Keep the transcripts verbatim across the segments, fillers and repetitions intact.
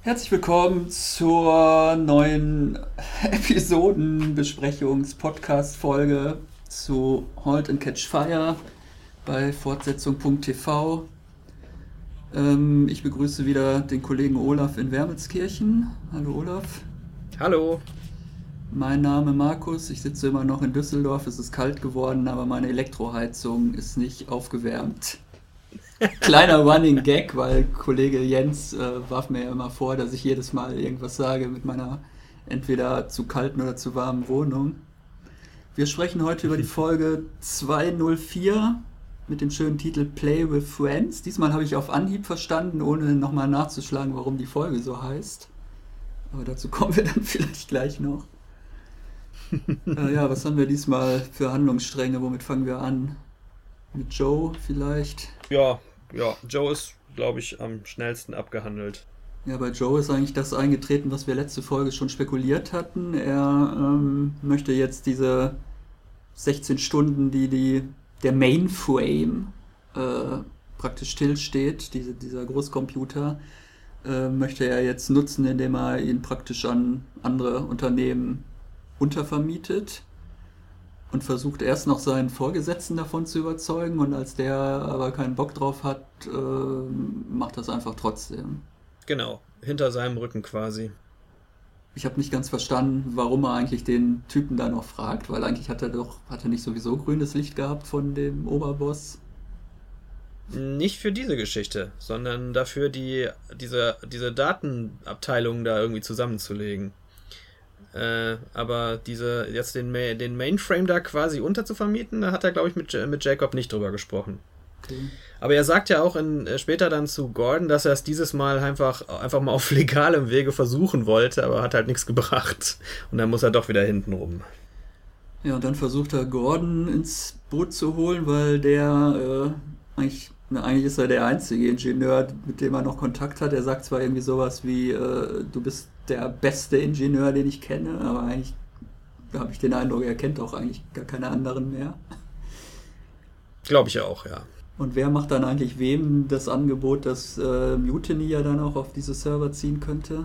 Herzlich willkommen zur neuen Episodenbesprechungs-Podcast-Folge zu Halt and Catch Fire bei Fortsetzung punkt t v. Ähm, ich begrüße wieder den Kollegen Olaf in Wermelskirchen. Hallo Olaf. Hallo. Mein Name Markus, ich sitze immer noch in Düsseldorf, es ist kalt geworden, aber meine Elektroheizung ist nicht aufgewärmt. Kleiner Running Gag, weil Kollege Jens äh, warf mir ja immer vor, dass ich jedes Mal irgendwas sage mit meiner entweder zu kalten oder zu warmen Wohnung. Wir sprechen heute über die Folge zweihundervier mit dem schönen Titel Play with Friends. Diesmal habe ich auf Anhieb verstanden, ohne nochmal nachzuschlagen, warum die Folge so heißt. Aber dazu kommen wir dann vielleicht gleich noch. äh, ja, was haben wir diesmal für Handlungsstränge? Womit fangen wir an? Mit Joe vielleicht? Ja, ja, Joe ist, glaube ich, am schnellsten abgehandelt. Ja, bei Joe ist eigentlich das eingetreten, was wir letzte Folge schon spekuliert hatten. Er ähm, möchte jetzt diese sechzehn Stunden, die, die der Mainframe äh, praktisch stillsteht, diese, dieser Großcomputer, äh, möchte er jetzt nutzen, indem er ihn praktisch an andere Unternehmen untervermietet und versucht erst noch seinen Vorgesetzten davon zu überzeugen, und als der aber keinen Bock drauf hat, äh, macht das einfach trotzdem. Genau, hinter seinem Rücken quasi. Ich habe nicht ganz verstanden, warum er eigentlich den Typen da noch fragt, weil eigentlich hat er doch, hat er nicht sowieso grünes Licht gehabt von dem Oberboss. Nicht für diese Geschichte, sondern dafür, die, diese, diese Datenabteilungen da irgendwie zusammenzulegen. Äh, aber diese jetzt den, Ma- den Mainframe da quasi unterzuvermieten, da hat er, glaube ich, mit, mit Jacob nicht drüber gesprochen. Okay. Aber er sagt ja auch in, später dann zu Gordon, dass er es dieses Mal einfach, einfach mal auf legalem Wege versuchen wollte, aber hat halt nichts gebracht. Und dann muss er doch wieder hinten rum. Ja, und dann versucht er Gordon ins Boot zu holen, weil der äh, eigentlich, na, eigentlich ist er der einzige Ingenieur, mit dem er noch Kontakt hat. Er sagt zwar irgendwie sowas wie, äh, du bist der beste Ingenieur, den ich kenne, aber eigentlich habe ich den Eindruck, er kennt auch eigentlich gar keine anderen mehr. Glaube ich auch, ja. Und wer macht dann eigentlich wem das Angebot, dass äh, Mutiny ja dann auch auf diese Server ziehen könnte?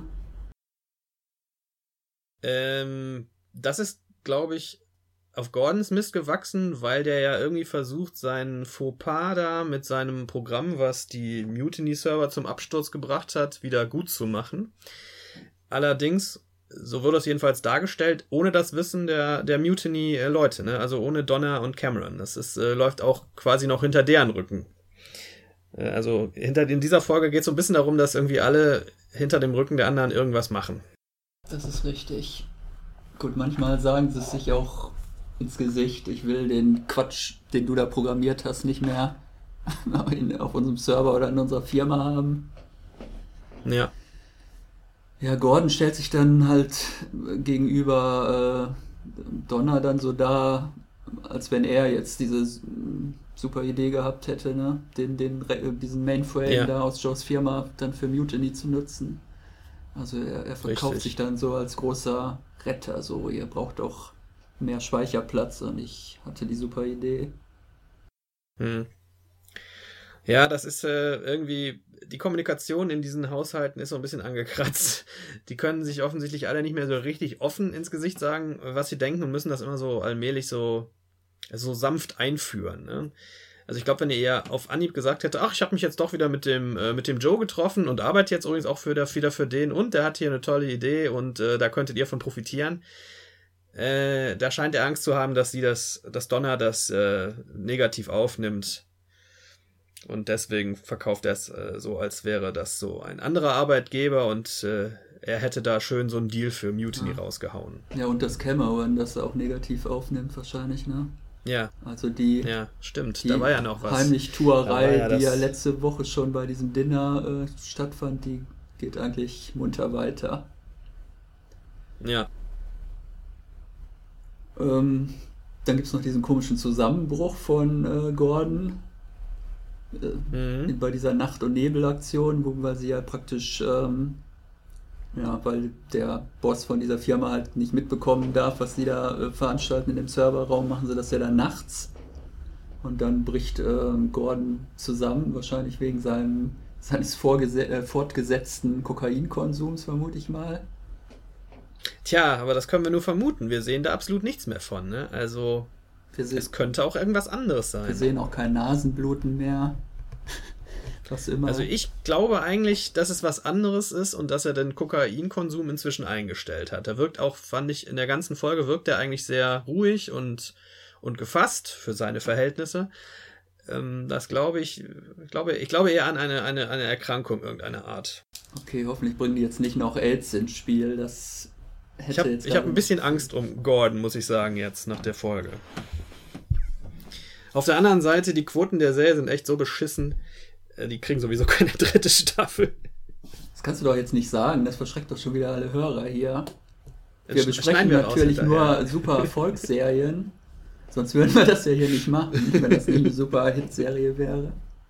Ähm, das ist, glaube ich, auf Gordons Mist gewachsen, weil der ja irgendwie versucht, seinen Fauxpas da mit seinem Programm, was die Mutiny-Server zum Absturz gebracht hat, wieder gut zu machen. Allerdings, so wird das jedenfalls dargestellt, ohne das Wissen der, der Mutiny-Leute, ne? Also ohne Donna und Cameron. Das ist, äh, läuft auch quasi noch hinter deren Rücken. Äh, also hinter, in dieser Folge geht es so ein bisschen darum, dass irgendwie alle hinter dem Rücken der anderen irgendwas machen. Das ist richtig. Gut, manchmal sagen sie es sich auch ins Gesicht, ich will den Quatsch, den du da programmiert hast, nicht mehr auf unserem Server oder in unserer Firma haben. Ja. Ja, Gordon stellt sich dann halt gegenüber äh, Donna dann so dar, als wenn er jetzt diese super Idee gehabt hätte, ne? den, den, diesen Mainframe ja. da aus Joes Firma dann für Mutiny zu nutzen. Also er, er verkauft Richtig. sich dann so als großer Retter, so, ihr braucht doch mehr Speicherplatz und ich hatte die super Idee. Hm. Ja, das ist äh, irgendwie, die Kommunikation in diesen Haushalten ist so ein bisschen angekratzt. Die können sich offensichtlich alle nicht mehr so richtig offen ins Gesicht sagen, was sie denken, und müssen das immer so allmählich so, so sanft einführen. Ne? Also ich glaube, wenn ihr eher auf Anhieb gesagt hätte, ach, ich habe mich jetzt doch wieder mit dem äh, mit dem Joe getroffen und arbeite jetzt übrigens auch für der, wieder für den, und der hat hier eine tolle Idee und äh, da könntet ihr von profitieren. Äh, da scheint er Angst zu haben, dass sie das, dass Donna das äh, negativ aufnimmt. Und deswegen verkauft er es äh, so, als wäre das so ein anderer Arbeitgeber und äh, er hätte da schön so einen Deal für Mutiny ja. rausgehauen. Ja, und das Cameron das auch negativ aufnimmt wahrscheinlich, ne? Ja. Also die, ja, stimmt. Die da war ja noch was. Heimlich-Tuerei, ja die ja letzte Woche schon bei diesem Dinner äh, stattfand, die geht eigentlich munter weiter. Ja. Ähm, dann gibt es noch diesen komischen Zusammenbruch von äh, Gordon. Mhm. Bei dieser Nacht- und Nebelaktion, wo weil sie ja praktisch, ähm, ja, weil der Boss von dieser Firma halt nicht mitbekommen darf, was die da äh, veranstalten in dem Serverraum, machen sie das ja dann nachts. Und dann bricht äh, Gordon zusammen, wahrscheinlich wegen seinem seines vorgese- äh, fortgesetzten Kokainkonsums, vermute ich mal. Tja, aber das können wir nur vermuten. Wir sehen da absolut nichts mehr von, ne? Also, Wir sehen, es könnte auch irgendwas anderes sein. wir sehen auch kein Nasenbluten mehr. Was immer. Also ich glaube eigentlich, dass es was anderes ist und dass er den Kokainkonsum inzwischen eingestellt hat. Er wirkt auch, fand ich, in der ganzen Folge wirkt er eigentlich sehr ruhig und, und gefasst für seine Verhältnisse. Ähm, das glaube ich, ich glaube, ich glaube eher an eine, eine, eine Erkrankung irgendeiner Art. Okay, hoffentlich bringen die jetzt nicht noch AIDS ins Spiel. Das hätte Ich habe jetzt ich hab ein bisschen Angst um Gordon, muss ich sagen, jetzt nach der Folge. Auf der anderen Seite, die Quoten der Serie sind echt so beschissen, die kriegen sowieso keine dritte Staffel. Das kannst du doch jetzt nicht sagen, das verschreckt doch schon wieder alle Hörer hier. Wir Jetzt besprechen wir natürlich nur super Erfolgsserien. Sonst würden wir das ja hier nicht machen, wenn das nicht eine super Hitserie wäre.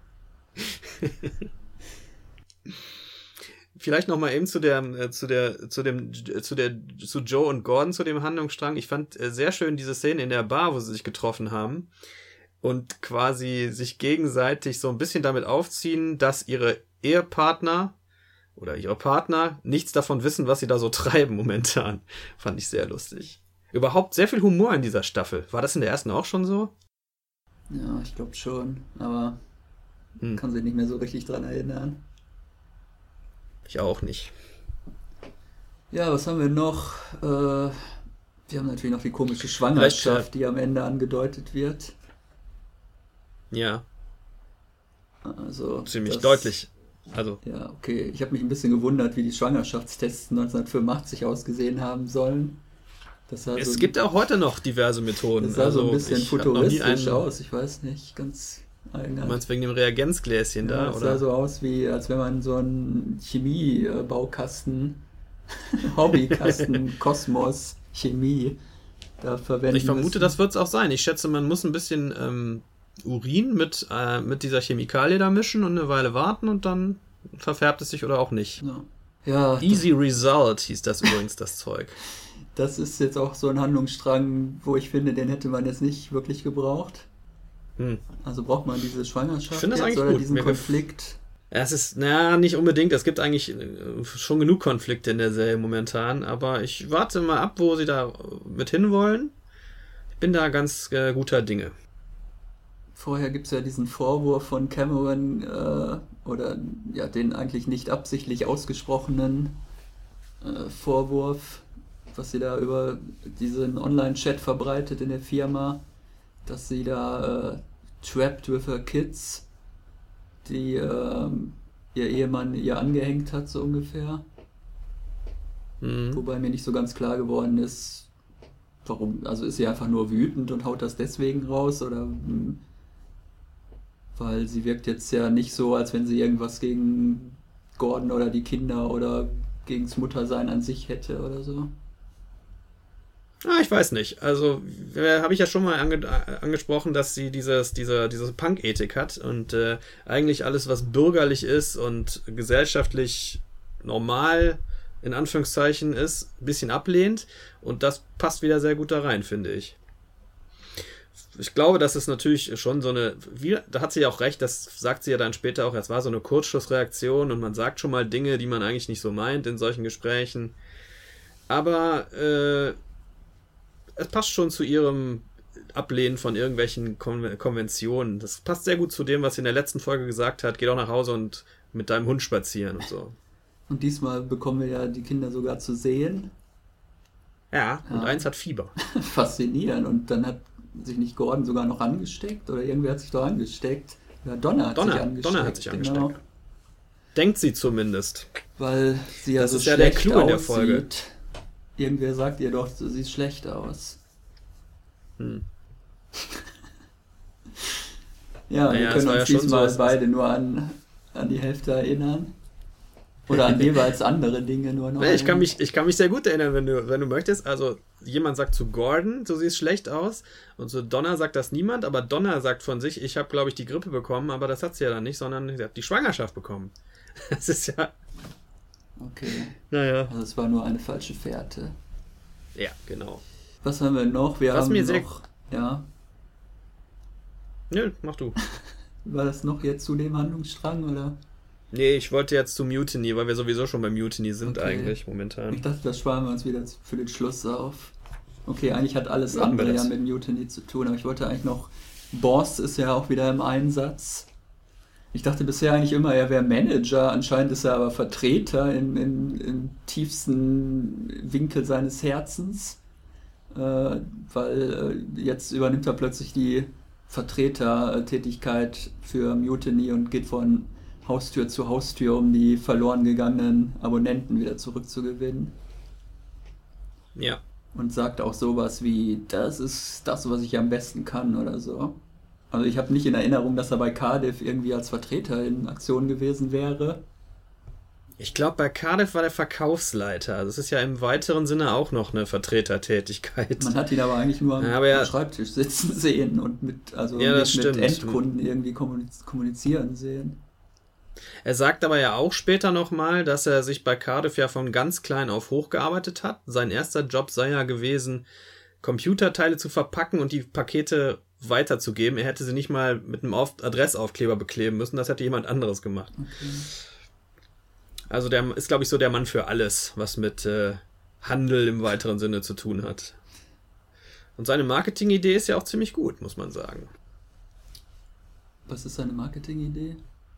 Vielleicht noch mal eben zu der, äh, zu der, zu dem, zu der, zu Joe und Gordon, zu dem Handlungsstrang. Ich fand äh, sehr schön diese Szene in der Bar, wo sie sich getroffen haben und quasi sich gegenseitig so ein bisschen damit aufziehen, dass ihre Ehepartner oder ihre Partner nichts davon wissen, was sie da so treiben momentan. Fand ich sehr lustig. Überhaupt sehr viel Humor in dieser Staffel. War das in der ersten auch schon so? Ja, ich glaube schon, aber Hm. kann sich nicht mehr so richtig dran erinnern. Ich auch nicht. Ja, was haben wir noch? Äh, wir haben natürlich noch die komische Schwangerschaft, Vielleicht, die am Ende angedeutet wird. Ja, Also ziemlich das, deutlich. Also, Ja, okay. Ich habe mich ein bisschen gewundert, wie die Schwangerschaftstests neunzehnhundertfünfundachtzig ausgesehen haben sollen. Das sah es so, gibt auch heute noch diverse Methoden. das sah also, so ein bisschen ich hab noch nie futuristisch einen, aus. Ich weiß nicht, ganz Du eigenartig. meinst wegen dem Reagenzgläschen Ja, da, das oder? sah so aus, wie als wenn man so einen Chemiebaukasten, Hobbykasten, Kosmos, Chemie da verwenden Ich vermute, müssen. das wird es auch sein. Ich schätze, man muss ein bisschen ähm, Urin mit, äh, mit dieser Chemikalie da mischen und eine Weile warten und dann verfärbt es sich oder auch nicht. Ja, ja Easy Result hieß das übrigens, das Zeug. das ist jetzt auch so ein Handlungsstrang, wo ich finde, den hätte man jetzt nicht wirklich gebraucht. Hm. Also braucht man diese Schwangerschaft Ich finde das jetzt eigentlich oder gut. diesen Mir gef- Konflikt? Es ist, na, nicht unbedingt. Es gibt eigentlich äh, schon genug Konflikte in der Serie momentan, aber ich warte mal ab, wo sie da mit hinwollen. Ich bin da ganz äh, guter Dinge. Vorher gibt es ja diesen Vorwurf von Cameron, äh, oder ja, den eigentlich nicht absichtlich ausgesprochenen äh, Vorwurf, was sie da über diesen Online-Chat verbreitet in der Firma, dass sie da äh, trapped with her kids, die ähm, ihr Ehemann ihr angehängt hat, so ungefähr. Hm. Wobei mir nicht so ganz klar geworden ist, warum, also ist sie einfach nur wütend und haut das deswegen raus oder hm, weil sie wirkt jetzt ja nicht so, als wenn sie irgendwas gegen Gordon oder die Kinder oder gegen das Muttersein an sich hätte oder so. Ah, ich weiß nicht. Also, äh, habe ich ja schon mal ange äh, angesprochen, dass sie dieses, diese, diese Punk-Ethik hat und äh, eigentlich alles, was bürgerlich ist und gesellschaftlich normal, in Anführungszeichen, ist, ein bisschen ablehnt. Und das passt wieder sehr gut da rein, finde ich. Ich glaube, das ist natürlich schon so eine, wie, da hat sie ja auch recht, das sagt sie ja dann später auch, es war so eine Kurzschlussreaktion und man sagt schon mal Dinge, die man eigentlich nicht so meint in solchen Gesprächen. Aber äh, es passt schon zu ihrem Ablehnen von irgendwelchen Kon Konventionen. Das passt sehr gut zu dem, was sie in der letzten Folge gesagt hat. Geh doch nach Hause und mit deinem Hund spazieren und so. Und diesmal bekommen wir ja die Kinder sogar zu sehen. Ja, und Ja. eins hat Fieber. Faszinierend. Und dann hat sich nicht Gordon sogar noch angesteckt oder irgendwer hat sich doch angesteckt. Ja, Donna hat Donner, sich angesteckt. Donner hat sich genau. angesteckt. Denkt sie zumindest. Weil sie ja Das so ist ja der schlecht Clou in der aussieht. Folge. Irgendwer sagt ihr doch, du siehst schlecht aus. Hm. Ja, Naja, wir es können war uns ja schon diesmal so, es- beide nur an, an die Hälfte erinnern. Oder an jeweils andere Dinge nur noch. Nee, ich, kann mich, ich kann mich sehr gut erinnern, wenn du, wenn du möchtest. Also, jemand sagt zu Gordon, du siehst schlecht aus. Und zu Donna sagt das niemand. Aber Donna sagt von sich, ich habe, glaube ich, die Grippe bekommen. Aber das hat sie ja dann nicht, sondern sie hat die Schwangerschaft bekommen. Das ist ja... Okay, Naja. also es war nur eine falsche Fährte. Ja, genau. Was haben wir noch? Wir Was haben mir sehr- noch... Ja, Nö, mach du. war das noch jetzt zu dem Handlungsstrang, oder? Nee, ich wollte jetzt zu Mutiny, weil wir sowieso schon bei Mutiny sind okay. eigentlich momentan. Ich dachte, das sparen wir uns wieder für den Schluss auf. Okay, eigentlich hat alles Machen andere ja mit Mutiny zu tun, aber ich wollte eigentlich noch... Boss ist ja auch wieder im Einsatz. Ich dachte bisher eigentlich immer, er wäre Manager, anscheinend ist er aber Vertreter im, im, im tiefsten Winkel seines Herzens, äh, weil äh, jetzt übernimmt er plötzlich die Vertretertätigkeit für Mutiny und geht von Haustür zu Haustür, um die verloren gegangenen Abonnenten wieder zurückzugewinnen. Ja. Und sagt auch sowas wie, das ist das, was ich am besten kann oder so. Also ich habe nicht in Erinnerung, dass er bei Cardiff irgendwie als Vertreter in Aktion gewesen wäre. Ich glaube, bei Cardiff war der Verkaufsleiter. Das ist ja im weiteren Sinne auch noch eine Vertretertätigkeit. Man hat ihn aber eigentlich nur am, ja, ja, am Schreibtisch sitzen sehen und mit, also ja, mit, mit Endkunden irgendwie kommunizieren sehen. Er sagt aber ja auch später nochmal, dass er sich bei Cardiff ja von ganz klein auf hochgearbeitet hat. Sein erster Job sei ja gewesen, Computerteile zu verpacken und die Pakete weiterzugeben. Er hätte sie nicht mal mit einem Auf- Adressaufkleber bekleben müssen, das hätte jemand anderes gemacht. Okay. Also der ist, glaube ich, so der Mann für alles, was mit äh, Handel im weiteren Sinne zu tun hat. Und seine Marketingidee ist ja auch ziemlich gut, muss man sagen. Was ist seine Marketingidee?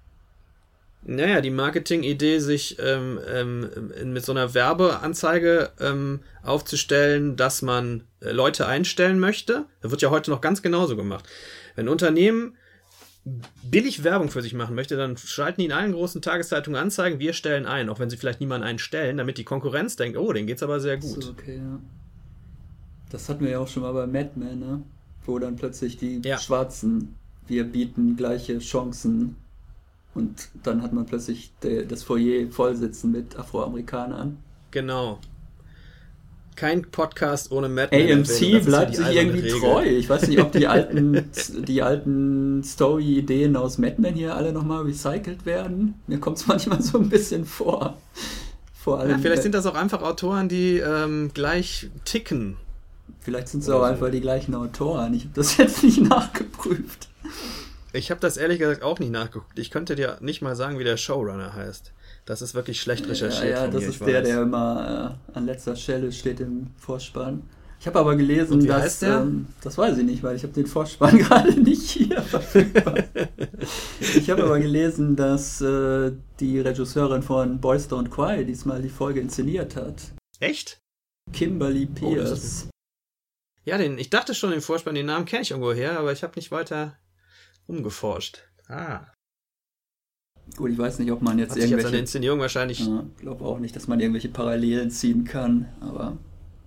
Naja, die Marketingidee, sich ähm, ähm, mit so einer Werbeanzeige ähm, aufzustellen, dass man äh, Leute einstellen möchte. Das wird ja heute noch ganz genauso gemacht. Wenn ein Unternehmen billig Werbung für sich machen möchte, dann schalten die in allen großen Tageszeitungen Anzeigen, wir stellen ein, auch wenn sie vielleicht niemanden einstellen, damit die Konkurrenz denkt, oh, denen geht's aber sehr gut. So, okay, ja. Das hatten wir ja auch schon mal bei Mad Men, ne? Wo dann plötzlich die ja. Schwarzen, wir bieten gleiche Chancen. Und dann hat man plötzlich de, das Foyer vollsitzen mit Afroamerikanern. Genau. Kein Podcast ohne Mad Men. A M C bleibt sich irgendwie Regel. treu. Ich weiß nicht, ob die alten, die alten Story-Ideen aus Mad Men hier alle nochmal recycelt werden. Mir kommt es manchmal so ein bisschen vor. Vor allem, ja, vielleicht sind das auch einfach Autoren, die ähm, gleich ticken. Vielleicht sind es auch so. einfach die gleichen Autoren. Ich habe das jetzt nicht nachgeprüft. Ich habe das ehrlich gesagt auch nicht nachgeguckt. Ich könnte dir nicht mal sagen, wie der Showrunner heißt. Das ist wirklich schlecht recherchiert. Ja, ja von das mir, ist der, weiß. der immer äh, an letzter Stelle steht im Vorspann. Ich habe aber gelesen, wie dass... Heißt der? Ähm, das weiß ich nicht, weil ich habe den Vorspann gerade nicht hier verfügbar. Ich habe aber gelesen, dass äh, die Regisseurin von Boys Don't Cry diesmal die Folge inszeniert hat. Echt? Kimberly Pierce. Oh, ja, den, ich dachte schon, den Vorspann, den Namen kenne ich irgendwo her, aber ich habe nicht weiter... umgeforscht. Ah. Gut, ich weiß nicht, ob man jetzt Hat sich irgendwelche... jetzt an der Inszenierung wahrscheinlich... Ich ja, glaube auch nicht, dass man irgendwelche Parallelen ziehen kann, aber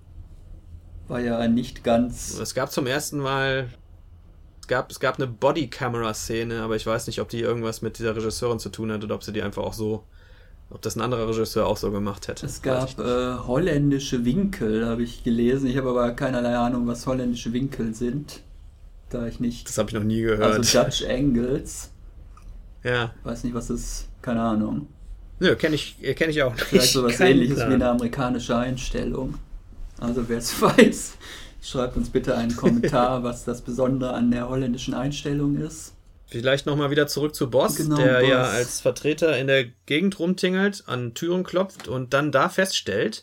war ja nicht ganz... Es gab zum ersten Mal... Es gab, es gab eine Body-Camera-Szene, aber ich weiß nicht, ob die irgendwas mit dieser Regisseurin zu tun hat oder ob sie die einfach auch so... Ob das ein anderer Regisseur auch so gemacht hätte. Es gab äh, holländische Winkel, habe ich gelesen. Ich habe aber keinerlei Ahnung, was holländische Winkel sind. Da ich nicht... Das habe ich noch nie gehört. Also Dutch Angles. Ja. Weiß nicht, was ist... Keine Ahnung. Nö, kenne ich, kenn ich auch nicht. Vielleicht sowas ähnliches Plan. Wie eine amerikanische Einstellung. Also wer es weiß, schreibt uns bitte einen Kommentar, was das Besondere an der holländischen Einstellung ist. Vielleicht nochmal wieder zurück zu Boss, genau, der Boss. ja als Vertreter in der Gegend rumtingelt, an Türen klopft und dann da feststellt,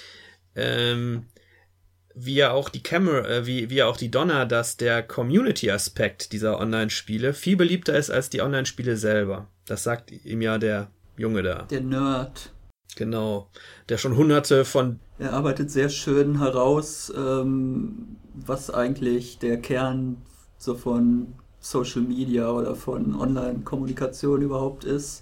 ähm, wie ja auch die Camera, äh, wie, wie ja auch die Donna, dass der Community-Aspekt dieser Online-Spiele viel beliebter ist als die Online-Spiele selber. Das sagt ihm ja der Junge da. Der Nerd. Genau. Der schon hunderte von... Er arbeitet sehr schön heraus, ähm, was eigentlich der Kern so von Social Media oder von Online-Kommunikation überhaupt ist.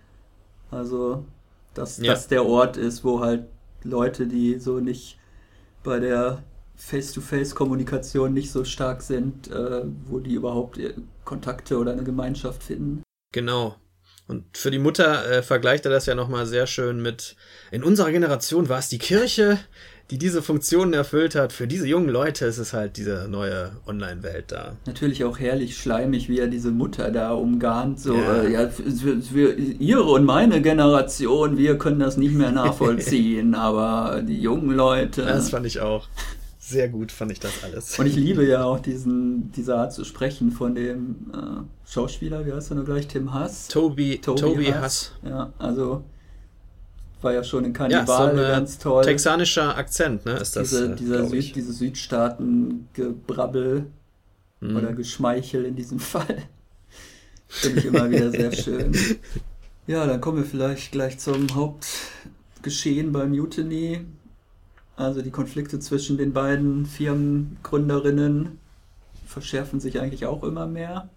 Also, dass ja. das der Ort ist, wo halt Leute, die so nicht bei der Face-to-Face-Kommunikation nicht so stark sind, äh, wo die überhaupt Kontakte oder eine Gemeinschaft finden. Genau. Und für die Mutter äh, vergleicht er das ja nochmal sehr schön mit, in unserer Generation war es die Kirche, die diese Funktionen erfüllt hat. Für diese jungen Leute ist es halt diese neue Online-Welt da. Natürlich auch herrlich schleimig, wie er diese Mutter da umgarnt. So, ja. Äh, ja, für, für ihre und meine Generation, wir können das nicht mehr nachvollziehen, aber die jungen Leute... Das fand ich auch. Sehr gut fand ich das alles. Und ich liebe ja auch diesen, diese Art zu sprechen von dem äh, Schauspieler, wie heißt er noch gleich, Tim Hass? Toby, Toby, Toby Hass. Hass. Ja, also war ja schon in Kannibal ja, so ganz toll. Texanischer Akzent, ne? Ist das, diese, äh, dieser Süd, diese Südstaaten-Gebrabbel mhm. oder Geschmeichel in diesem Fall. Finde ich immer wieder sehr schön. Ja, dann kommen wir vielleicht gleich zum Hauptgeschehen bei Mutiny. Also die Konflikte zwischen den beiden Firmengründerinnen verschärfen sich eigentlich auch immer mehr.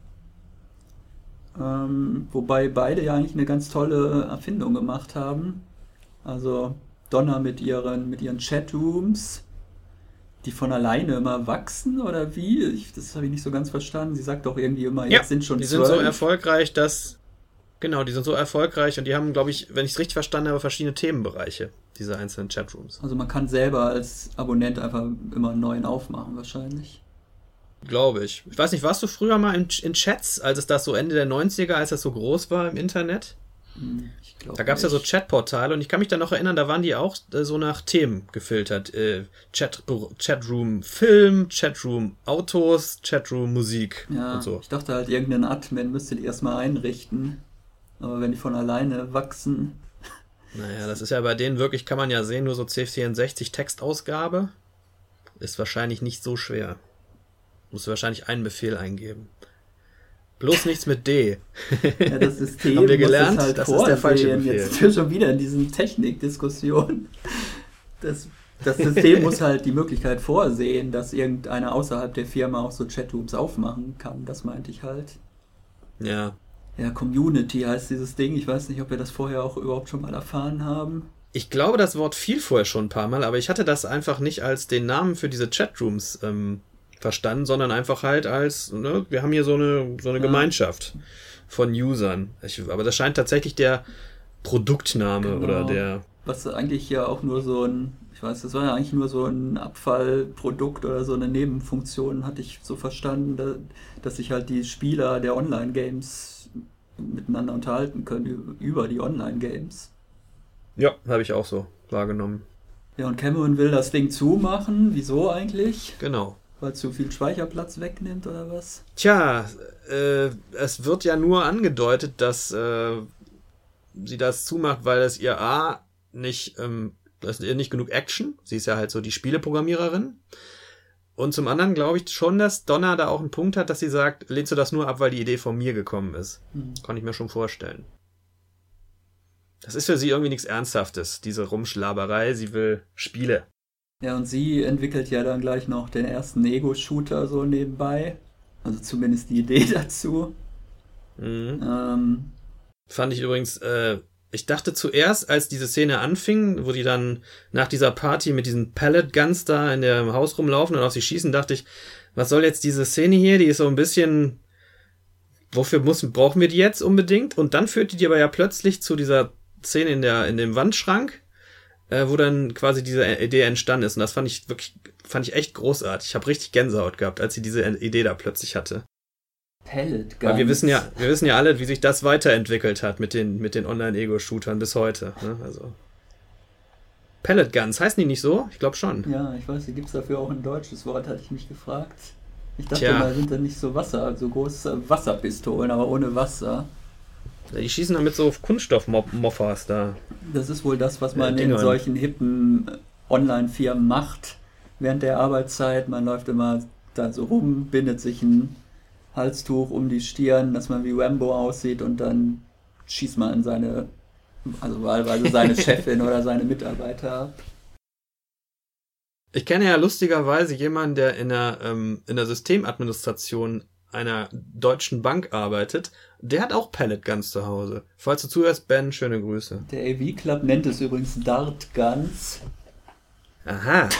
Ähm, wobei beide ja eigentlich eine ganz tolle Erfindung gemacht haben. Also Donna mit ihren, mit ihren Chatrooms, die von alleine immer wachsen oder wie? Ich, das habe ich nicht so ganz verstanden. Sie sagt doch irgendwie immer, jetzt ja, sind schon die zwölf. sind so erfolgreich, dass... Genau, die sind so erfolgreich und die haben, glaube ich, wenn ich es richtig verstanden habe, verschiedene Themenbereiche, diese einzelnen Chatrooms. Also man kann selber als Abonnent einfach immer einen neuen aufmachen wahrscheinlich. Glaube ich. Ich weiß nicht, warst du früher mal in, in Chats, als es das so Ende der neunziger, als das so groß war im Internet? Ich glaube Da gab es ja so Chatportale und ich kann mich da noch erinnern, da waren die auch äh, so nach Themen gefiltert. Äh, Chat, Chatroom Film, Chatroom Autos, Chatroom Musik ja, und so. Ich dachte halt, irgendein Admin müsste die erstmal einrichten. Aber wenn die von alleine wachsen... Naja, das ist ja bei denen wirklich, kann man ja sehen, nur so C vierundsechzig Textausgabe. Ist wahrscheinlich nicht so schwer. Musst du wahrscheinlich einen Befehl eingeben. Bloß nichts mit D. Ja, das System haben wir gelernt, muss es halt das vorsehen. Ist der falsche Befehl. Jetzt sind wir schon wieder in diesen Technikdiskussionen. Das, das System muss halt die Möglichkeit vorsehen, dass irgendeiner außerhalb der Firma auch so Chatrooms aufmachen kann. Das meinte ich halt. Ja. Ja, Community heißt dieses Ding. Ich weiß nicht, ob wir das vorher auch überhaupt schon mal erfahren haben. Ich glaube, das Wort fiel vorher schon ein paar Mal, aber ich hatte das einfach nicht als den Namen für diese Chatrooms ähm, verstanden, sondern einfach halt als, ne, wir haben hier so eine, so eine ja. Gemeinschaft von Usern. Ich, aber das scheint tatsächlich der Produktname genau. oder der... Was eigentlich ja auch nur so ein, ich weiß, das war ja eigentlich nur so ein Abfallprodukt oder so eine Nebenfunktion, hatte ich so verstanden, dass sich halt die Spieler der Online-Games miteinander unterhalten können über die Online-Games. Ja, habe ich auch so wahrgenommen. Ja, und Cameron will das Ding zumachen. Wieso eigentlich? Genau. Weil es zu viel Speicherplatz wegnimmt oder was? Tja, äh, es wird ja nur angedeutet, dass äh, sie das zumacht, weil es ihr A nicht, ähm, das ist ihr nicht genug Action. Sie ist ja halt so die Spieleprogrammiererin. Und zum anderen glaube ich schon, dass Donna da auch einen Punkt hat, dass sie sagt, lehnst du das nur ab, weil die Idee von mir gekommen ist. Hm. Kann ich mir schon vorstellen. Das ist für sie irgendwie nichts Ernsthaftes, diese Rumschlaberei. Sie will Spiele. Ja, und sie entwickelt ja dann gleich noch den ersten Ego-Shooter so nebenbei. Also zumindest die Idee dazu. Mhm. Ähm. Fand ich übrigens... Äh, Ich dachte zuerst, als diese Szene anfing, wo die dann nach dieser Party mit diesen Pellet Guns da in dem Haus rumlaufen und auf sie schießen, dachte ich, was soll jetzt diese Szene hier? Die ist so ein bisschen, wofür muss, brauchen wir die jetzt unbedingt? Und dann führte die aber ja plötzlich zu dieser Szene in der in dem Wandschrank, äh, wo dann quasi diese Idee entstanden ist. Und das fand ich wirklich, fand ich echt großartig. Ich habe richtig Gänsehaut gehabt, als sie diese Idee da plötzlich hatte. Pellet Guns. Weil wir wissen ja, wir wissen ja alle, wie sich das weiterentwickelt hat mit den, mit den Online-Ego-Shootern bis heute. Ne? Also Pellet Guns, heißen die nicht so? Ich glaube schon. Ja, ich weiß, gibt es dafür auch ein deutsches Wort, hatte ich mich gefragt. Ich dachte Tja. mal, sind da nicht so Wasser, so große Wasserpistolen, aber ohne Wasser. Ja, die schießen damit so Kunststoff-Moffas da. Das ist wohl das, was man äh, in solchen hippen Online-Firmen macht während der Arbeitszeit. Man läuft immer da so rum, bindet sich ein Halstuch um die Stirn, dass man wie Rambo aussieht und dann schießt man in seine, also wahlweise seine Chefin oder seine Mitarbeiter ab. Ich kenne ja lustigerweise jemanden, der in der, ähm, in der Systemadministration einer deutschen Bank arbeitet. Der hat auch Pellet Guns zu Hause. Falls du zuhörst, Ben, schöne Grüße. Der A V Club nennt es übrigens Dart Guns. Aha.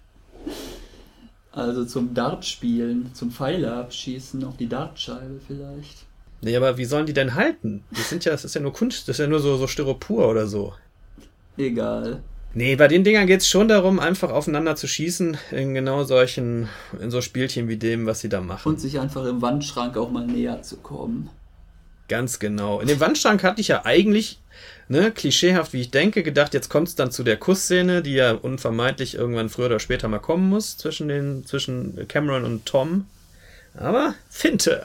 Also zum Dart-Spielen, zum Pfeile abschießen, auf die Dartscheibe vielleicht. Nee, aber wie sollen die denn halten? Das sind ja, das ist ja nur Kunst, das ist ja nur so, so Styropor oder so. Egal. Nee, bei den Dingern geht's schon darum, einfach aufeinander zu schießen, in genau solchen, in so Spielchen wie dem, was sie da machen. Und sich einfach im Wandschrank auch mal näher zu kommen. Ganz genau. In dem Wandschrank hatte ich ja eigentlich, ne, klischeehaft, wie ich denke, gedacht, jetzt kommt es dann zu der Kussszene, die ja unvermeidlich irgendwann früher oder später mal kommen muss, zwischen den, zwischen Cameron und Tom. Aber Finte.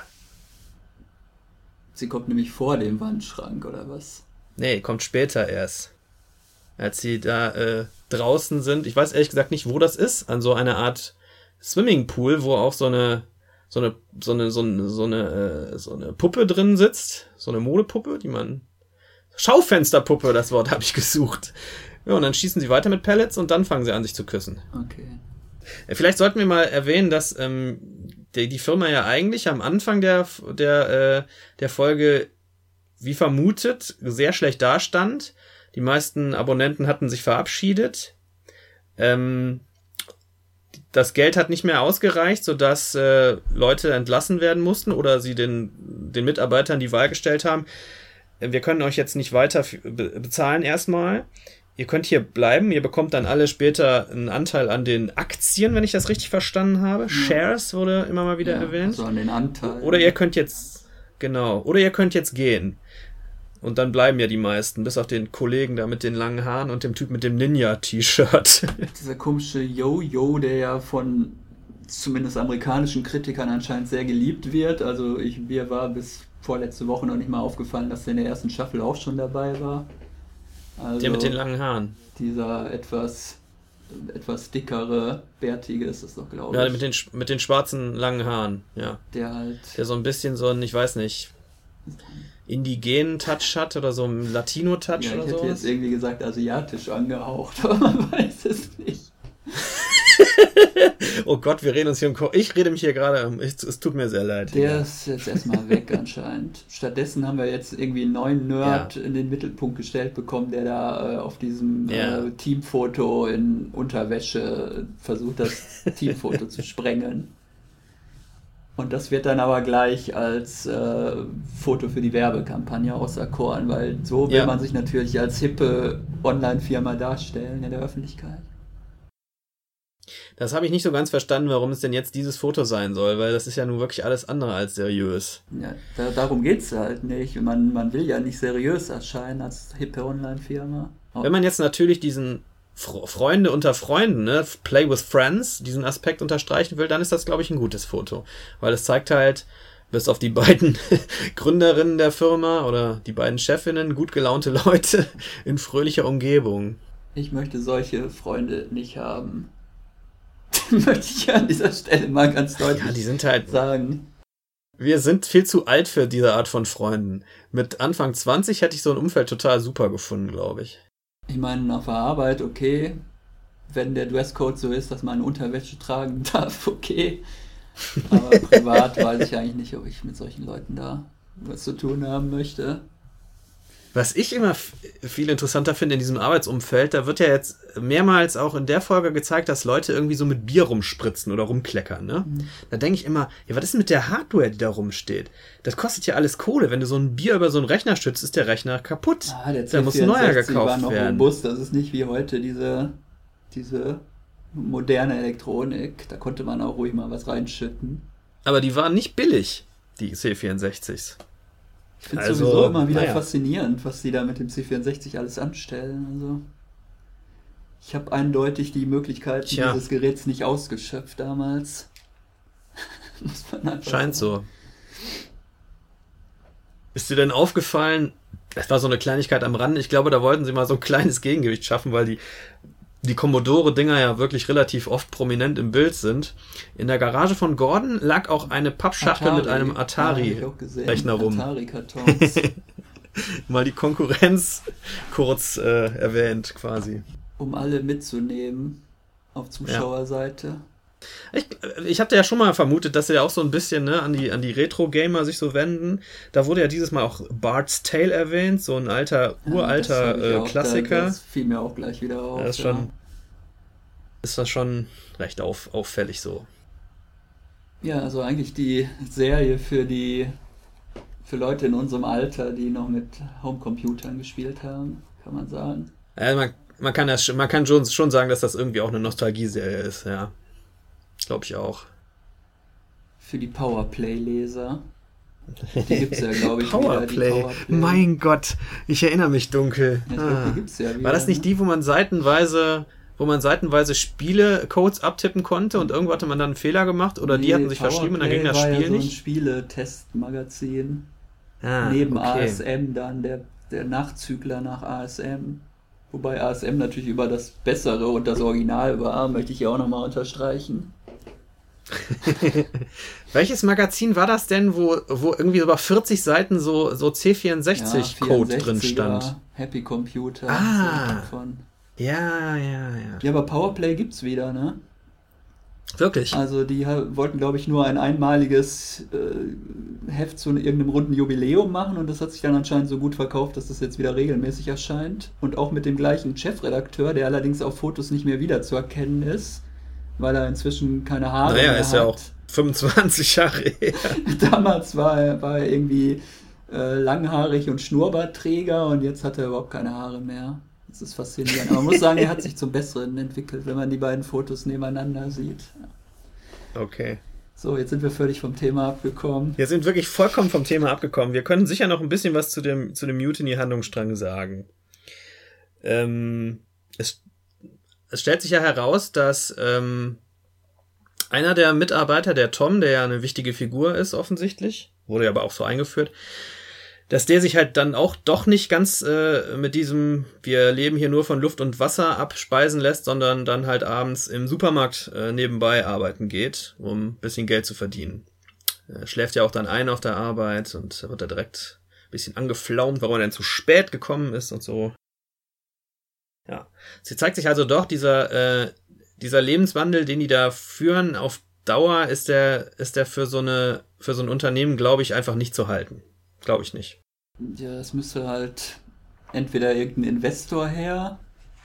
Sie kommt nämlich vor dem Wandschrank, oder was? Nee, kommt später erst. Als sie da äh, draußen sind. Ich weiß ehrlich gesagt nicht, wo das ist. An so einer Art Swimmingpool, wo auch so eine so eine so eine so eine so eine, äh, so eine Puppe drin sitzt. So eine Modepuppe, die man... Schaufensterpuppe, das Wort habe ich gesucht. Ja, und dann schießen sie weiter mit Pellets und dann fangen sie an, sich zu küssen. Okay. Vielleicht sollten wir mal erwähnen, dass ähm, die, die Firma ja eigentlich am Anfang der, der, äh, der Folge, wie vermutet, sehr schlecht dastand. Die meisten Abonnenten hatten sich verabschiedet. Ähm, das Geld hat nicht mehr ausgereicht, sodass äh, Leute entlassen werden mussten oder sie den, den Mitarbeitern die Wahl gestellt haben. Wir können euch jetzt nicht weiter bezahlen erstmal. Ihr könnt hier bleiben. Ihr bekommt dann alle später einen Anteil an den Aktien, wenn ich das richtig verstanden habe. Ja. Shares wurde immer mal wieder ja, erwähnt. Also an den Anteil. Oder ihr könnt jetzt, genau, oder ihr könnt jetzt gehen. Und dann bleiben ja die meisten, bis auf den Kollegen da mit den langen Haaren und dem Typ mit dem Ninja-T-Shirt. Dieser komische Yo-Yo, der ja von zumindest amerikanischen Kritikern anscheinend sehr geliebt wird. Also ich, mir war bis vorletzte Woche noch nicht mal aufgefallen, dass der in der ersten Staffel auch schon dabei war. Also der mit den langen Haaren. Dieser etwas, etwas dickere, bärtige ist das doch, glaube ich. Ja, mit den, mit den schwarzen langen Haaren, ja. Der halt... Der so ein bisschen so ein, ich weiß nicht, indigenen Touch hat oder so ein Latino-Touch ja, oder so. Ich hätte jetzt irgendwie gesagt asiatisch angehaucht, aber man weiß es nicht. Oh Gott, wir reden uns hier um Ko- Ich rede mich hier gerade um. Ich, es tut mir sehr leid. Der ja. ist jetzt erstmal weg anscheinend. Stattdessen haben wir jetzt irgendwie einen neuen Nerd ja. in den Mittelpunkt gestellt bekommen, der da äh, auf diesem ja. äh, Teamfoto in Unterwäsche versucht, das Teamfoto zu sprengen. Und das wird dann aber gleich als äh, Foto für die Werbekampagne auserkoren, weil so will ja. man sich natürlich als hippe Online-Firma darstellen in der Öffentlichkeit. Das habe ich nicht so ganz verstanden, warum es denn jetzt dieses Foto sein soll, weil das ist ja nun wirklich alles andere als seriös. Ja, da, darum geht's halt nicht. Man, man will ja nicht seriös erscheinen als hippe Online-Firma. Oh. Wenn man jetzt natürlich diesen Fre- Freunde unter Freunden, ne, Play with Friends, diesen Aspekt unterstreichen will, dann ist das, glaube ich, ein gutes Foto. Weil es zeigt halt, bis auf die beiden Gründerinnen der Firma oder die beiden Chefinnen, gut gelaunte Leute in fröhlicher Umgebung. Ich möchte solche Freunde nicht haben. Möchte ich an dieser Stelle mal ganz deutlich ja, die sind halt, sagen. Wir sind viel zu alt für diese Art von Freunden. Mit Anfang zwanzig hätte ich so ein Umfeld total super gefunden, glaube ich. Ich meine, auf der Arbeit, okay. Wenn der Dresscode so ist, dass man Unterwäsche tragen darf, okay. Aber privat weiß ich eigentlich nicht, ob ich mit solchen Leuten da was zu tun haben möchte. Was ich immer f- viel interessanter finde in diesem Arbeitsumfeld, da wird ja jetzt mehrmals auch in der Folge gezeigt, dass Leute irgendwie so mit Bier rumspritzen oder rumkleckern, ne? Mhm. Da denke ich immer, ja, was ist denn mit der Hardware, die da rumsteht? Das kostet ja alles Kohle. Wenn du so ein Bier über so einen Rechner stützt, ist der Rechner kaputt. Ah, der da muss ein neuer gekauft war noch werden. Robust. Das ist nicht wie heute diese, diese moderne Elektronik. Da konnte man auch ruhig mal was reinschütten. Aber die waren nicht billig, die C vierundsechzigs. Ich finde es also, sowieso immer wieder naja. faszinierend, was die da mit dem C vierundsechzig alles anstellen. Also ich habe eindeutig die Möglichkeiten Tja. dieses Geräts nicht ausgeschöpft damals. Muss man einfach Scheint sagen. so. Ist dir denn aufgefallen, das war so eine Kleinigkeit am Rand, ich glaube, da wollten sie mal so ein kleines Gegengewicht schaffen, weil die die Commodore-Dinger ja wirklich relativ oft prominent im Bild sind. In der Garage von Gordon lag auch eine Pappschachtel Atari. mit einem Atari-Rechner rum. Atari-Kartons. Mal die Konkurrenz kurz äh, erwähnt, quasi. Um alle mitzunehmen auf Zuschauerseite. Ja. Ich, ich hatte ja schon mal vermutet, dass sie ja auch so ein bisschen ne, an die, an die Retro-Gamer sich so wenden. Da wurde ja dieses Mal auch Bart's Tale erwähnt, so ein alter, ja, uralter äh, auch, Klassiker. Das fiel mir auch gleich wieder auf. Das ist, ja. schon, ist das schon recht auf, auffällig so. Ja, also eigentlich die Serie für die für Leute in unserem Alter, die noch mit Homecomputern gespielt haben, kann man sagen. Ja, man, man kann, das, man kann schon, schon sagen, dass das irgendwie auch eine Nostalgie-Serie ist, ja. Glaube ich auch. Für die Powerplay-Leser. Die gibt's ja, glaube ich, Powerplay. wieder. Die Powerplay. Mein Gott, ich erinnere mich dunkel. Ja, ich ah. glaub, die gibt's ja wieder, War das nicht ne? die, wo man seitenweise, wo man seitenweise Spiele-Codes abtippen konnte und irgendwo hatte man dann einen Fehler gemacht oder Nee, die hatten sich verschrieben und dann ging das war Spiel ja so ein nicht? Spiele-Testmagazin. Ah, Neben okay. A S M dann, der, der Nachzügler nach A S M. Wobei A S M natürlich über das Bessere und das Original war, möchte ich ja auch nochmal unterstreichen. Welches Magazin war das denn, wo, wo irgendwie über vierzig Seiten so, so C vierundsechzig-Code drin stand? Happy Computer. Ah. So von. Ja, ja, ja. Ja, aber Powerplay gibt's wieder, ne? Wirklich? Also die ha- wollten, glaube ich, nur ein einmaliges äh, Heft zu irgendeinem runden Jubiläum machen und das hat sich dann anscheinend so gut verkauft, dass das jetzt wieder regelmäßig erscheint. Und auch mit dem gleichen Chefredakteur, der allerdings auf Fotos nicht mehr wiederzuerkennen ist, weil er inzwischen keine Haare naja, mehr ist hat. ja auch fünfundzwanzig Jahre her. Damals war er, war er irgendwie äh, langhaarig und Schnurrbartträger und jetzt hat er überhaupt keine Haare mehr. Das ist faszinierend. Aber man muss sagen, er hat sich zum Besseren entwickelt, wenn man die beiden Fotos nebeneinander sieht. Okay. So, jetzt sind wir völlig vom Thema abgekommen. Wir sind wirklich vollkommen vom Thema abgekommen. Wir können sicher noch ein bisschen was zu dem, zu dem Mutiny-Handlungsstrang sagen. Ähm, es, es stellt sich ja heraus, dass ähm, einer der Mitarbeiter, der Tom, der ja eine wichtige Figur ist offensichtlich, wurde ja aber auch so eingeführt, dass der sich halt dann auch doch nicht ganz äh, mit diesem, wir leben hier nur von Luft und Wasser abspeisen lässt, sondern dann halt abends im Supermarkt äh, nebenbei arbeiten geht, um ein bisschen Geld zu verdienen. Er schläft ja auch dann ein auf der Arbeit und wird da direkt ein bisschen angeflaumt, warum er denn zu spät gekommen ist und so. Ja, sie zeigt sich also doch, dieser äh, dieser Lebenswandel, den die da führen, auf Dauer ist der ist der für so eine für so ein Unternehmen, glaube ich, einfach nicht zu halten. Glaube ich nicht. Ja, es müsste halt entweder irgendein Investor her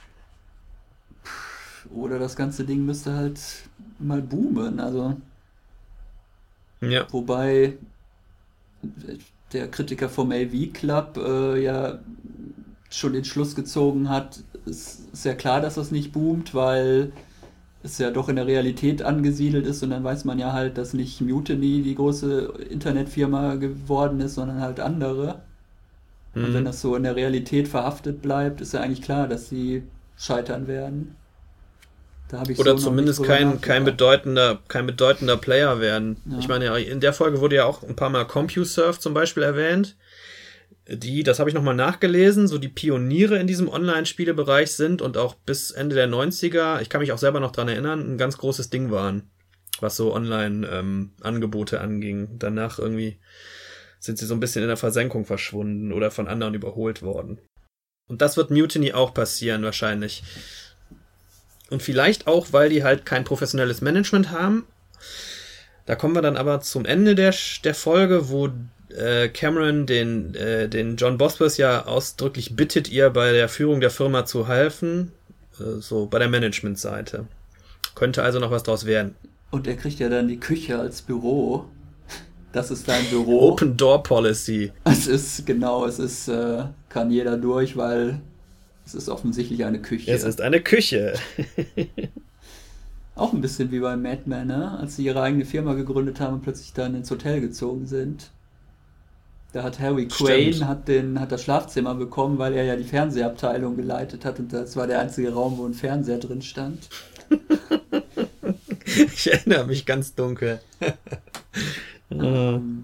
oder das ganze Ding müsste halt mal boomen. Also, Ja. wobei der Kritiker vom A V Club äh, ja schon den Schluss gezogen hat, es ist ja klar, dass das nicht boomt, weil es ja doch in der Realität angesiedelt ist und dann weiß man ja halt, dass nicht Mutiny die große Internetfirma geworden ist, sondern halt andere. Und Mhm. wenn das so in der Realität verhaftet bleibt, ist ja eigentlich klar, dass sie scheitern werden. Da habe ich Oder so noch zumindest nicht drüber kein, kein, nachgedacht. bedeutender, kein bedeutender Player werden. Ja. Ich meine, in der Folge wurde ja auch ein paar Mal CompuServe zum Beispiel erwähnt, die, das habe ich nochmal nachgelesen, so die Pioniere in diesem Online-Spielebereich sind und auch bis Ende der neunziger, ich kann mich auch selber noch dran erinnern, ein ganz großes Ding waren, was so Online-Angebote anging. Danach irgendwie sind sie so ein bisschen in der Versenkung verschwunden oder von anderen überholt worden. Und das wird Mutiny auch passieren wahrscheinlich. Und vielleicht auch, weil die halt kein professionelles Management haben. Da kommen wir dann aber zum Ende der, der Folge, wo äh, Cameron den, äh, den John Bosworth ja ausdrücklich bittet, ihr bei der Führung der Firma zu helfen. Äh, so bei der Managementseite. Könnte also noch was draus werden. Und er kriegt ja dann die Küche als Büro. Das ist dein Büro. Open Door Policy. Es ist, genau, es ist, äh, kann jeder durch, weil es ist offensichtlich eine Küche. Es ist eine Küche. Auch ein bisschen wie bei Mad Men, ne? Als sie ihre eigene Firma gegründet haben und plötzlich dann ins Hotel gezogen sind. Da hat Harry Crane Stimmt. hat, den, hat das Schlafzimmer bekommen, weil er ja die Fernsehabteilung geleitet hat und das war der einzige Raum, wo ein Fernseher drin stand. Ich erinnere mich ganz dunkel. Ähm,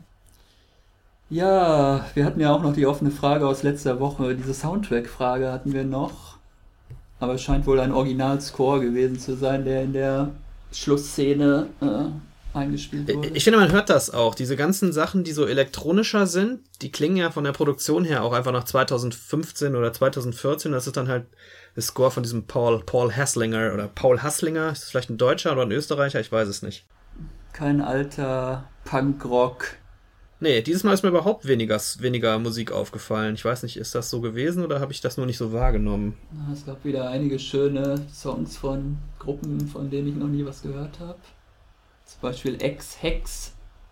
ja, wir hatten ja auch noch die offene Frage aus letzter Woche. Diese Soundtrack-Frage hatten wir noch. Aber es scheint wohl ein Originalscore gewesen zu sein, der in der Schlussszene äh, eingespielt wurde. Ich finde, man hört das auch. Diese ganzen Sachen, die so elektronischer sind, die klingen ja von der Produktion her auch einfach nach zweitausendfünfzehn oder zweitausendvierzehn. Das ist dann halt der Score von diesem Paul, Paul Hasslinger oder Paul Hasslinger. Ist das vielleicht ein Deutscher oder ein Österreicher? Ich weiß es nicht. Kein alter Punkrock. Nee, dieses Mal ist mir überhaupt weniger, weniger Musik aufgefallen. Ich weiß nicht, ist das so gewesen oder habe ich das nur nicht so wahrgenommen? Es gab wieder einige schöne Songs von Gruppen, von denen ich noch nie was gehört habe. Zum Beispiel Ex-Hex.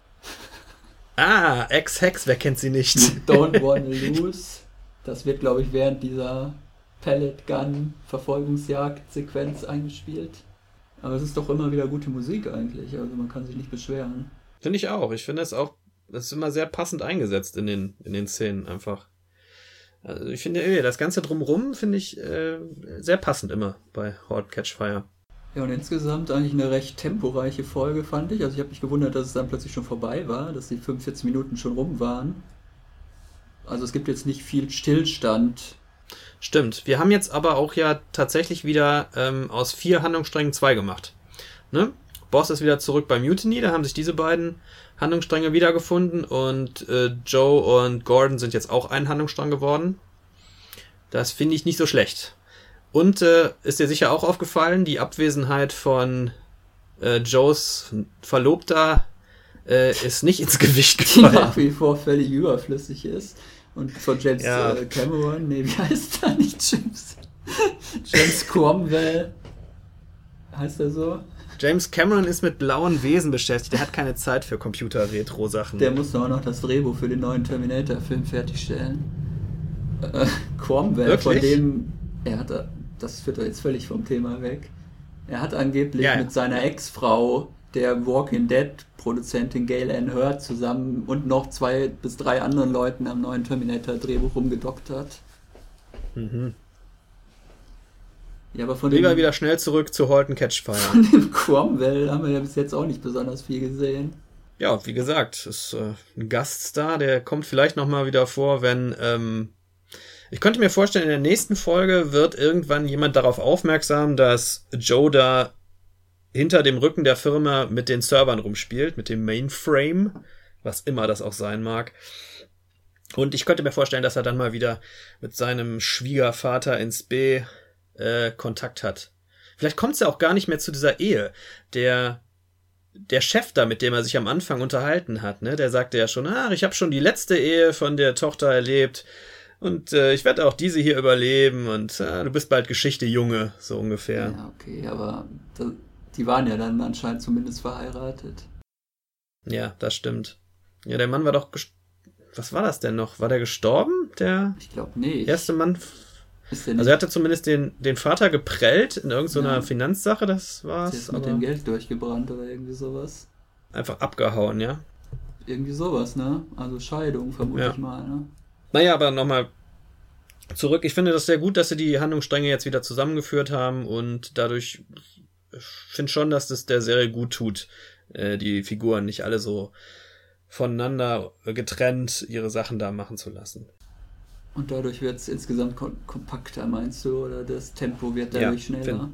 Ah, Ex-Hex, wer kennt sie nicht? Don't Wanna Lose. Das wird, glaube ich, während dieser Pellet-Gun-Verfolgungsjagd-Sequenz eingespielt. Aber es ist doch immer wieder gute Musik eigentlich, also man kann sich nicht beschweren. Finde ich auch. Ich finde es auch ist immer sehr passend eingesetzt in den, in den Szenen einfach. Also ich finde, das Ganze drumrum finde ich äh, sehr passend immer bei Halt, Catch, Fire. Ja, und insgesamt eigentlich eine recht temporeiche Folge, fand ich. Also ich habe mich gewundert, dass es dann plötzlich schon vorbei war, dass die fünfundvierzig Minuten schon rum waren. Also es gibt jetzt nicht viel Stillstand. Stimmt. Wir haben jetzt aber auch ja tatsächlich wieder ähm, aus vier Handlungssträngen zwei gemacht. Ne? Boss ist wieder zurück bei Mutiny, da haben sich diese beiden Handlungsstränge wiedergefunden und äh, Joe und Gordon sind jetzt auch ein Handlungsstrang geworden. Das finde ich nicht so schlecht. Und äh, ist dir sicher auch aufgefallen, die Abwesenheit von äh, Joes Verlobter äh, ist nicht ins Gewicht gefallen. Die nach wie vor völlig überflüssig ist. Und von James ja. äh, Cameron, nee, wie heißt er nicht? James, James Cromwell. Heißt er so? James Cameron ist mit blauen Wesen beschäftigt. Der hat keine Zeit für Computer-Retro-Sachen. Der musste auch noch das Drehbuch für den neuen Terminator-Film fertigstellen. Äh, Cromwell, Wirklich? von dem... Er hat... Das führt doch jetzt völlig vom Thema weg. Er hat angeblich ja, ja. mit seiner Ex-Frau, der Walking Dead-Produzentin Gail Ann Hurd, zusammen und noch zwei bis drei anderen Leuten am neuen Terminator-Drehbuch rumgedoktert. Mhm. Ja, aber von Lieber dem, wieder schnell zurück zu Halt and Catch Fire. Von dem Cromwell haben wir ja bis jetzt auch nicht besonders viel gesehen. Ja, wie gesagt, ist äh, ein Gaststar, der kommt vielleicht nochmal wieder vor, wenn... Ähm, ich könnte mir vorstellen, in der nächsten Folge wird irgendwann jemand darauf aufmerksam, dass Joe da hinter dem Rücken der Firma mit den Servern rumspielt, mit dem Mainframe, was immer das auch sein mag. Und ich könnte mir vorstellen, dass er dann mal wieder mit seinem Schwiegervater ins B äh, Kontakt hat. Vielleicht kommt es ja auch gar nicht mehr zu dieser Ehe. Der, der Chef da, mit dem er sich am Anfang unterhalten hat, ne, der sagte ja schon, ach, ich habe schon die letzte Ehe von der Tochter erlebt. Und äh, ich werde auch diese hier überleben und äh, du bist bald Geschichte, Junge, so ungefähr. Ja, okay, aber das, die waren ja dann anscheinend zumindest verheiratet. Ja, das stimmt. Ja, der Mann war doch... Gest- Was war das denn noch? War der gestorben? Der Ich glaube nicht. erste Mann? Ist der nicht? Also er hatte zumindest den, den Vater geprellt in irgendeiner Ja. Finanzsache, das war's. Ist jetzt mit aber dem Geld durchgebrannt oder irgendwie sowas. einfach abgehauen, ja? Irgendwie sowas, ne? Also Scheidung, vermute Ja. ich mal, ne? Naja, aber nochmal zurück. Ich finde das sehr gut, dass sie die Handlungsstränge jetzt wieder zusammengeführt haben und dadurch, ich finde schon, dass das der Serie gut tut, äh, die Figuren nicht alle so voneinander getrennt ihre Sachen da machen zu lassen. Und dadurch wird es insgesamt kom- kompakter, meinst du? Oder das Tempo wird dadurch Ja, schneller?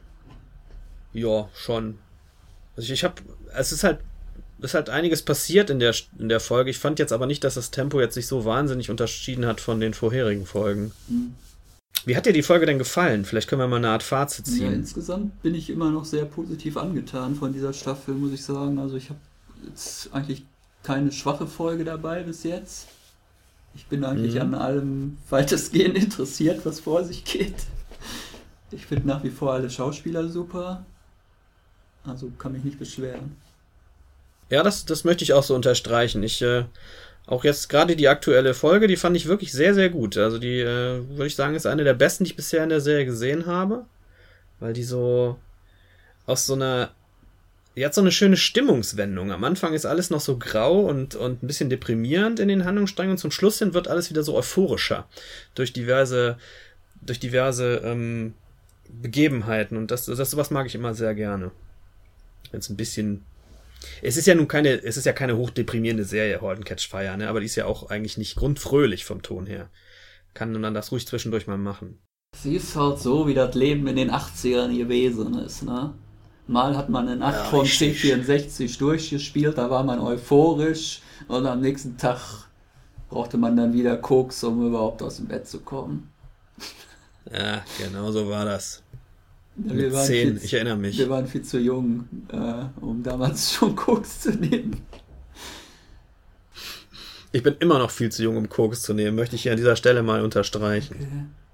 Ja, schon. Also ich, ich habe, es ist halt, ist halt einiges passiert in der in der Folge. Ich fand jetzt aber nicht, dass das Tempo jetzt sich so wahnsinnig unterschieden hat von den vorherigen Folgen. Hm. Wie hat dir die Folge denn gefallen? Vielleicht können wir mal eine Art Fazit Ja, ziehen. insgesamt bin ich immer noch sehr positiv angetan von dieser Staffel, muss ich sagen. Also ich habe jetzt eigentlich keine schwache Folge dabei bis jetzt. Ich bin eigentlich Mhm. an allem weitestgehend interessiert, was vor sich geht. Ich finde nach wie vor alle Schauspieler super. Also kann mich nicht beschweren. Ja, das, das möchte ich auch so unterstreichen. Ich, äh, auch jetzt gerade die aktuelle Folge, die fand ich wirklich sehr, sehr gut. Also die, äh, würde ich sagen, ist eine der besten, die ich bisher in der Serie gesehen habe. Weil die so aus so einer, die hat so eine schöne Stimmungswendung. Am Anfang ist alles noch so grau und, und ein bisschen deprimierend in den Handlungssträngen und zum Schluss hin wird alles wieder so euphorischer. Durch diverse, durch diverse, ähm, Begebenheiten. Und das, das, sowas mag ich immer sehr gerne. Wenn es ein bisschen, es ist ja nun keine, es ist ja keine hochdeprimierende Serie, Halt and Catch Fire, ne? Aber die ist ja auch eigentlich nicht grundfröhlich vom Ton her. Kann man das ruhig zwischendurch mal machen. Sie ist halt so, wie das Leben in den achtzigern gewesen ist, ne? Mal hat man einen acht Ja, von richtig. C vierundsechzig durchgespielt, da war man euphorisch und am nächsten Tag brauchte man dann wieder Koks, um überhaupt aus dem Bett zu kommen. Ja, genau so war das. Ja, Mit zehn, viel, ich erinnere mich. wir waren viel zu jung, äh, um damals schon Koks zu nehmen. Ich bin immer noch viel zu jung, um Koks zu nehmen, möchte ich hier an dieser Stelle mal unterstreichen. Okay.